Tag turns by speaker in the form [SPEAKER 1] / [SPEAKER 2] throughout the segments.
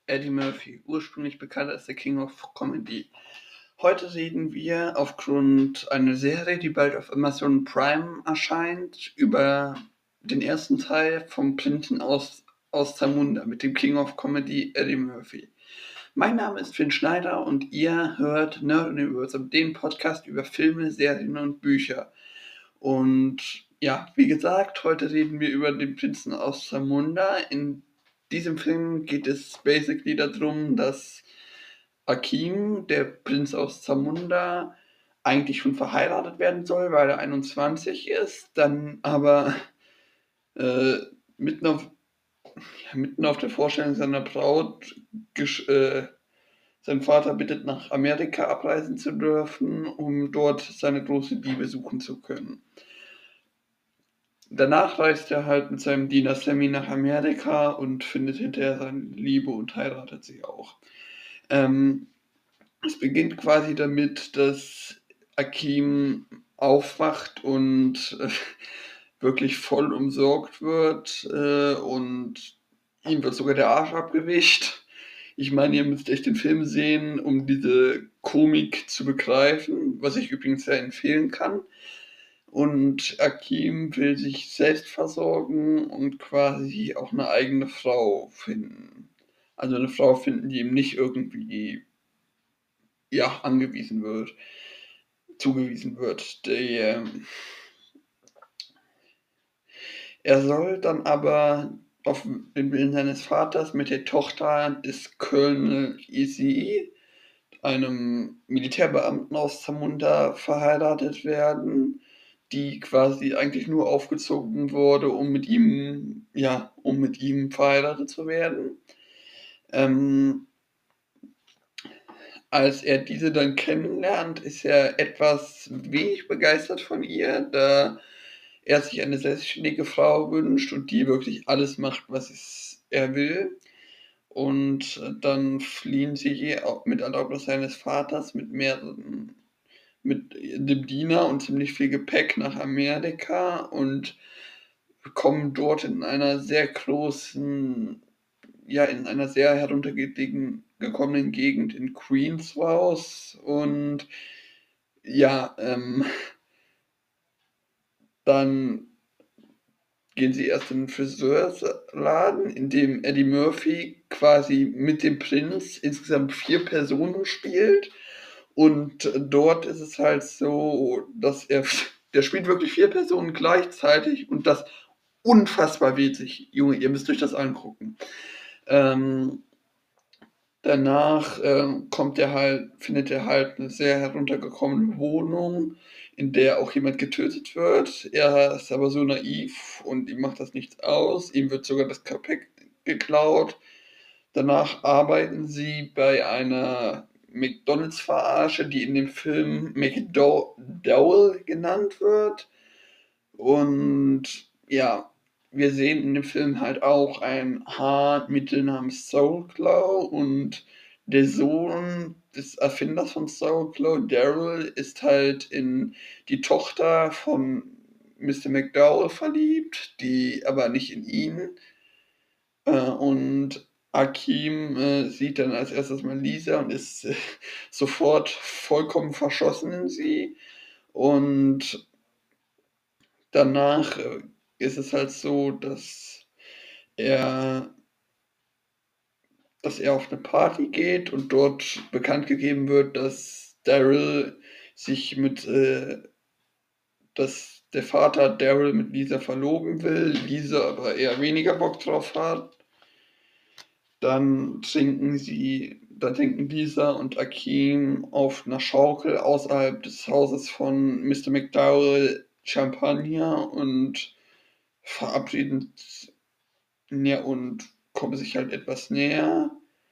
[SPEAKER 1] Eddie Murphy, ursprünglich bekannt als der King of Comedy. Heute reden wir aufgrund einer Serie, die bald auf Amazon Prime erscheint, über den ersten Teil vom Prinzen aus Zamunda mit dem King of Comedy Eddie Murphy. Mein Name ist Finn Schneider und ihr hört Nerd Universum, den Podcast über Filme, Serien und Bücher. Und ja, wie gesagt, heute reden wir über den Prinzen aus Zamunda. In diesem Film geht es basically darum, dass Akim, der Prinz aus Zamunda, eigentlich schon verheiratet werden soll, weil er 21 ist, dann aber äh, mitten, auf, mitten auf der Vorstellung seiner Braut sein Vater bittet, nach Amerika abreisen zu dürfen, um dort seine große Liebe suchen zu können. Danach reist er halt mit seinem Diener Sammy nach Amerika und findet hinterher seine Liebe und heiratet sie auch. Ähm, Es beginnt quasi damit, dass Akim aufwacht und wirklich voll umsorgt wird und ihm wird sogar der Arsch abgewischt. Ich meine, ihr müsst echt den Film sehen, um diese Komik zu begreifen, was ich übrigens sehr empfehlen kann. Und Akim will sich selbst versorgen und quasi auch eine eigene Frau finden. Also eine Frau finden, die ihm nicht irgendwie ja, zugewiesen wird. Er soll dann aber auf den Willen seines Vaters mit der Tochter des Colonel Easy, einem Militärbeamten aus Zamunda, verheiratet werden, die quasi eigentlich nur aufgezogen wurde, um mit ihm verheiratet zu werden. Ähm, Als er diese dann kennenlernt, ist er etwas wenig begeistert von ihr, da er sich eine selbstständige Frau wünscht und die wirklich alles macht, was er will. Und dann fliehen sie mit Erlaubnis seines Vaters mit dem Diener und ziemlich viel Gepäck nach Amerika und kommen dort in einer sehr großen, ja, in einer sehr heruntergekommenen Gegend in Queens raus. Und ja, dann gehen sie erst in den Friseurladen, in dem Eddie Murphy quasi mit dem Prinz insgesamt 4 Personen spielt. Und dort ist es halt so, dass der spielt wirklich 4 Personen gleichzeitig und das unfassbar witzig. Junge, ihr müsst euch das angucken. Ähm, Danach findet er halt eine sehr heruntergekommene Wohnung, in der auch jemand getötet wird. Er ist aber so naiv und ihm macht das nichts aus. Ihm wird sogar das Gepäck geklaut. Danach arbeiten sie bei einer McDonalds-Verarsche, die in dem Film McDowell genannt wird. Und ja, wir sehen in dem Film halt auch ein Haarmittel namens Soulclaw und der Sohn des Erfinders von Soulclaw, Daryl, ist halt in die Tochter von Mr. McDowell verliebt, die aber nicht in ihn. Und Akim sieht dann als erstes mal Lisa und ist sofort vollkommen verschossen in sie. Und danach ist es halt so, er, dass er auf eine Party geht und dort bekannt gegeben wird, Daryl sich dass der Vater Daryl mit Lisa verloben will, Lisa aber eher weniger Bock drauf hat. Dann trinken Lisa und Akim auf einer Schaukel außerhalb des Hauses von Mr. McDowell Champagner und verabreden ja, und kommen sich halt etwas näher.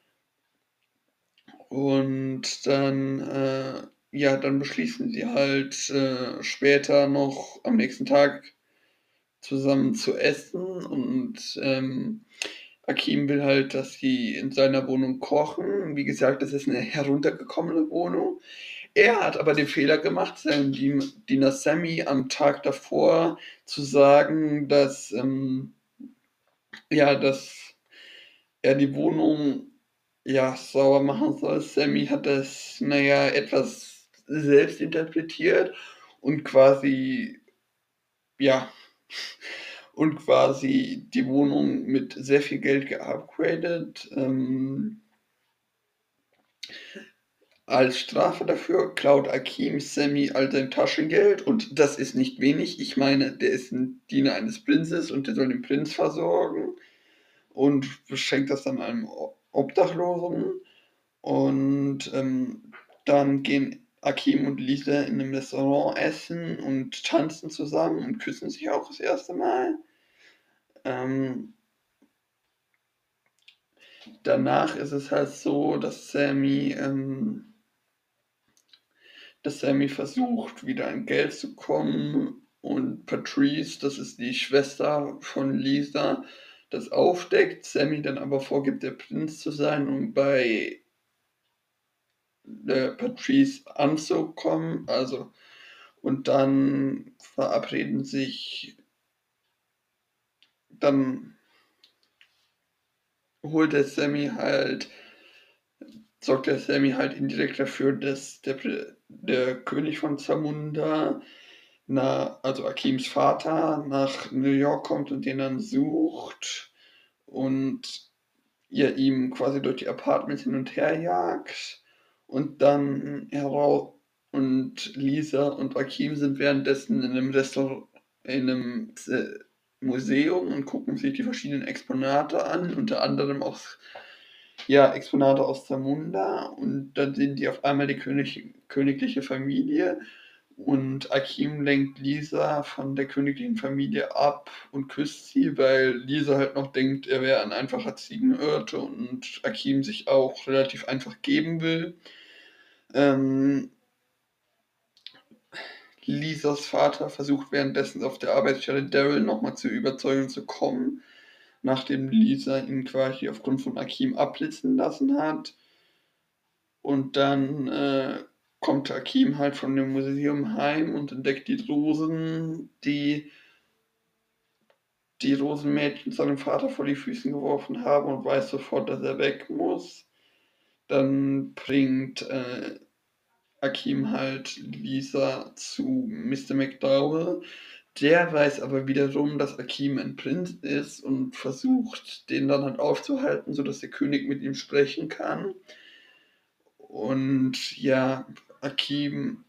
[SPEAKER 1] Und dann beschließen sie halt später noch am nächsten Tag zusammen zu essen. Und Akim will halt, dass sie in seiner Wohnung kochen. Wie gesagt, das ist eine heruntergekommene Wohnung. Er hat aber den Fehler gemacht, seinem Diener Sammy am Tag davor zu sagen, dass er die Wohnung ja, sauber machen soll. Sammy hat das, naja, etwas selbst interpretiert und quasi, ja, und quasi die Wohnung mit sehr viel Geld geupgradet. Als Strafe dafür klaut Akim Sammy all sein Taschengeld und das ist nicht wenig. Ich meine, der ist ein Diener eines Prinzes und der soll den Prinz versorgen und schenkt das dann einem Obdachlosen. Und dann gehen Akim und Lisa in einem Restaurant essen und tanzen zusammen und küssen sich auch das erste Mal. Ähm, danach ist es halt so, dass Sammy versucht, wieder an Geld zu kommen und Patrice, das ist die Schwester von Lisa, das aufdeckt. Sammy dann aber vorgibt, der Prinz zu sein, um bei Patrice anzukommen. Also, und dann verabreden sich, dann holt der Sammy halt, sorgt der Sammy halt indirekt dafür, dass der König von Zamunda, also Akims Vater, nach New York kommt und den dann sucht und ihr ihm quasi durch die Apartments hin und her jagt und dann heraus und Lisa und Akim sind währenddessen in einem Restaurant, in einem Museum und gucken sich die verschiedenen Exponate an, unter anderem auch ja, Exponate aus Zamunda und dann sehen die auf einmal die königliche Familie und Akim lenkt Lisa von der königlichen Familie ab und küsst sie, weil Lisa halt noch denkt, er wäre ein einfacher Ziegenhirte und Akim sich auch relativ einfach geben will. Ähm, Lisas Vater versucht währenddessen auf der Arbeitsstelle Daryl nochmal zu überzeugen zu kommen, nachdem Lisa ihn quasi aufgrund von Akim abblitzen lassen hat. Und dann kommt Akim halt von dem Museum heim und entdeckt die Rosen, die Rosenmädchen seinem Vater vor die Füße geworfen haben und weiß sofort, dass er weg muss. Dann bringt Akim halt Lisa zu Mr. McDowell. Der weiß aber wiederum, dass Akim ein Prinz ist und versucht, den dann halt aufzuhalten, sodass der König mit ihm sprechen kann. Und ja, Akim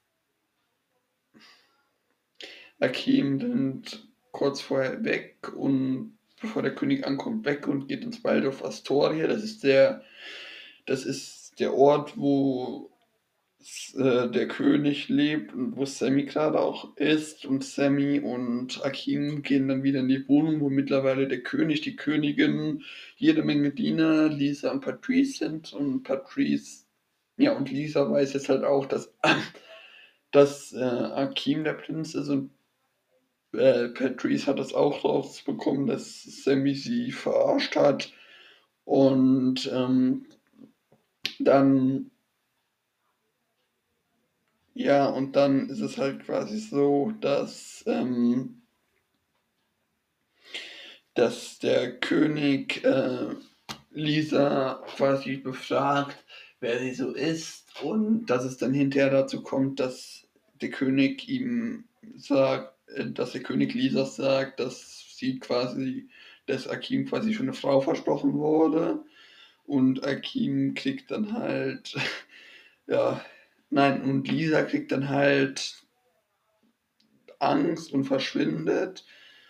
[SPEAKER 1] Akim rennt kurz vorher weg und bevor der König ankommt, weg und geht ins Waldorf Astoria. Das ist der Ort, wo der König lebt und wo Sammy gerade auch ist. Und Sammy und Akim gehen dann wieder in die Wohnung, wo mittlerweile der König, die Königin, jede Menge Diener, Lisa und Patrice sind. Und Patrice, ja, und Lisa weiß jetzt halt auch, dass Akim der Prinz ist und Patrice hat das auch rausbekommen, dass Sammy sie verarscht hat. Und dann, ja, und dann ist es halt quasi so, dass der König Lisa quasi befragt, wer sie so ist. Und dass es dann hinterher dazu kommt, dass der König ihm sagt, dass der König Lisa sagt, dass Akim quasi schon eine Frau versprochen wurde. Und Akim kriegt dann halt, ja, nein, und Lisa kriegt dann halt Angst und verschwindet.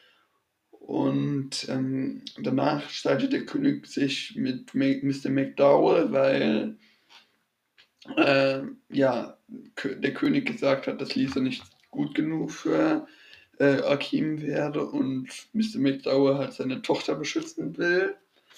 [SPEAKER 1] Und danach streitet der König sich mit Mr. McDowell, weil ja, der König gesagt hat, dass Lisa nicht gut genug für Akim wäre und Mr. McDowell halt seine Tochter beschützen will.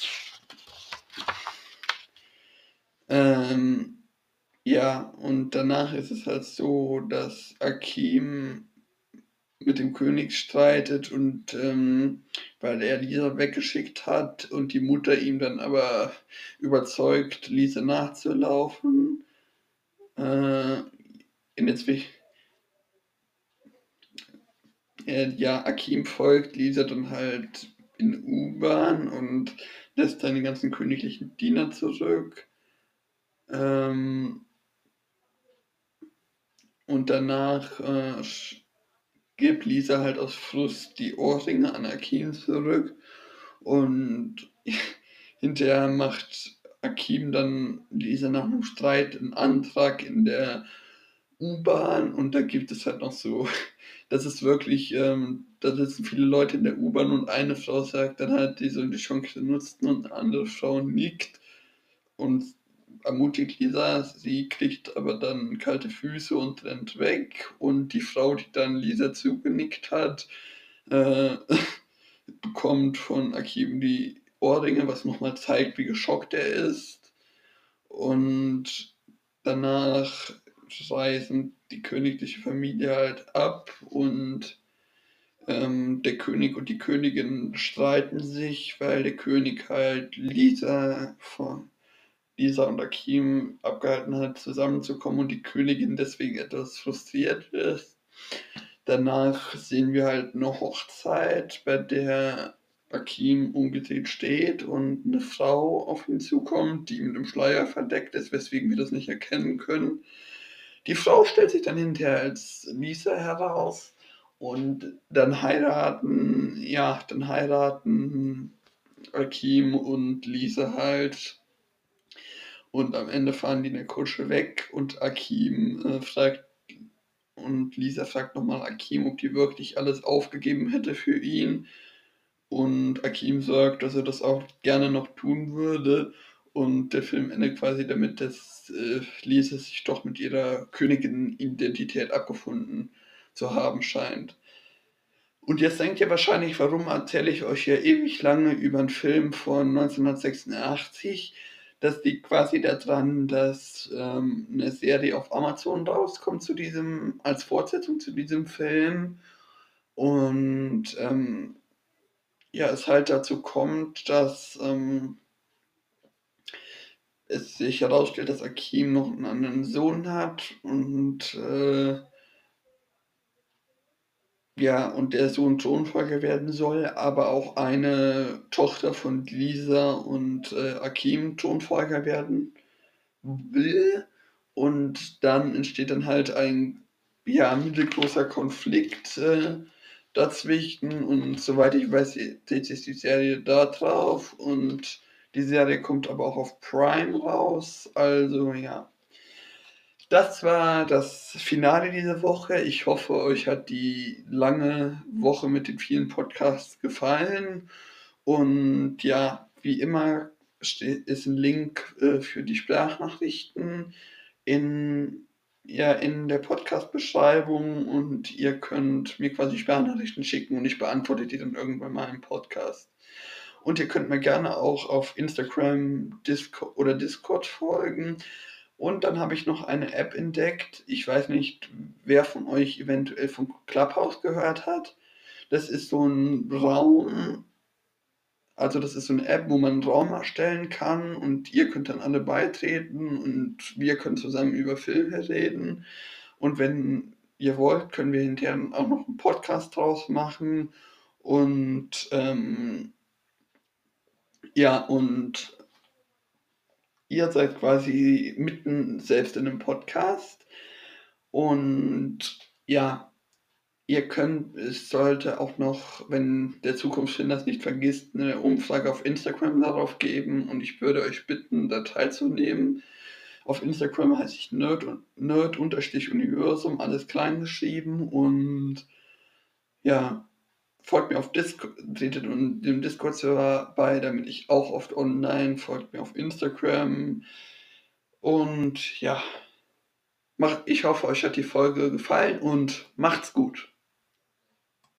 [SPEAKER 1] Ähm, ja, und danach ist es halt so, dass Akim mit dem König streitet und weil er Lisa weggeschickt hat und die Mutter ihm dann aber überzeugt, Lisa nachzulaufen. Äh, in der Zwisch ja, Akim folgt Lisa dann halt in U-Bahn und lässt seine ganzen königlichen Diener zurück. Und danach gibt Lisa halt aus Frust die Ohrringe an Akim zurück. Und hinterher macht Akim dann Lisa nach einem Streit einen Antrag in der U-Bahn und da gibt es halt noch so, das ist wirklich, da sitzen viele Leute in der U-Bahn und eine Frau sagt dann halt, die soll die Chance nutzen und eine andere Frau nickt und ermutigt Lisa, sie kriegt aber dann kalte Füße und rennt weg und die Frau, die dann Lisa zugenickt hat, äh, bekommt von Akim die Ohrringe, was nochmal zeigt, wie geschockt er ist. Und danach reisen die königliche Familie halt ab und der König und die Königin streiten sich, weil der König halt Lisa und Akim abgehalten hat, zusammenzukommen und die Königin deswegen etwas frustriert ist. Danach sehen wir halt eine Hochzeit, bei der Akim umgedreht steht und eine Frau auf ihn zukommt, die mit dem Schleier verdeckt ist, weswegen wir das nicht erkennen können. Die Frau stellt sich dann hinterher als Lisa heraus und dann heiraten Akim und Lisa halt und am Ende fahren die in der Kutsche weg und Lisa fragt nochmal Akim, ob die wirklich alles aufgegeben hätte für ihn. Und Akim sagt, dass er das auch gerne noch tun würde. Und der Film endet quasi damit, dass Lisa sich doch mit ihrer Königin-Identität abgefunden zu haben scheint. Und jetzt denkt ihr wahrscheinlich, warum erzähle ich euch hier ewig lange über einen Film von 1986? Das liegt quasi daran, dass eine Serie auf Amazon rauskommt als Fortsetzung zu diesem Film. Und ja, es halt dazu kommt, dass es sich herausstellt, dass Akim noch einen anderen Sohn hat und ja, und der Sohn Thronfolger werden soll, aber auch eine Tochter von Lisa und Akim Thronfolger werden will. Und dann entsteht dann halt ein ja, mittelgroßer Konflikt dazwischen. Und soweit ich weiß, dreht sich die Serie da drauf. Und die Serie kommt aber auch auf Prime raus. Also ja, das war das Finale dieser Woche. Ich hoffe, euch hat die lange Woche mit den vielen Podcasts gefallen. Und ja, wie immer ist ein Link für die Sprachnachrichten in, in der Podcast-Beschreibung und ihr könnt mir quasi Sprachnachrichten schicken und ich beantworte die dann irgendwann mal im Podcast. Und ihr könnt mir gerne auch auf Instagram oder Discord folgen. Und dann habe ich noch eine App entdeckt. Ich weiß nicht, wer von euch eventuell von Clubhouse gehört hat. Das ist so ein Raum, also das ist so eine App, wo man einen Raum erstellen kann und ihr könnt dann alle beitreten und wir können zusammen über Filme reden. Und wenn ihr wollt, können wir hinterher auch noch einen Podcast draus machen. Und ja, und ihr seid quasi mitten selbst in einem Podcast. Und ja, es sollte auch noch, wenn der Zukunftsfilm das nicht vergisst, eine Umfrage auf Instagram darauf geben und ich würde euch bitten, da teilzunehmen. Auf Instagram heiße ich Nerd-Universum, alles klein geschrieben und ja, folgt mir auf Discord, tretet dem Discord-Server bei, damit ich auch oft online, folgt mir auf Instagram und ja, ich hoffe, euch hat die Folge gefallen und macht's gut.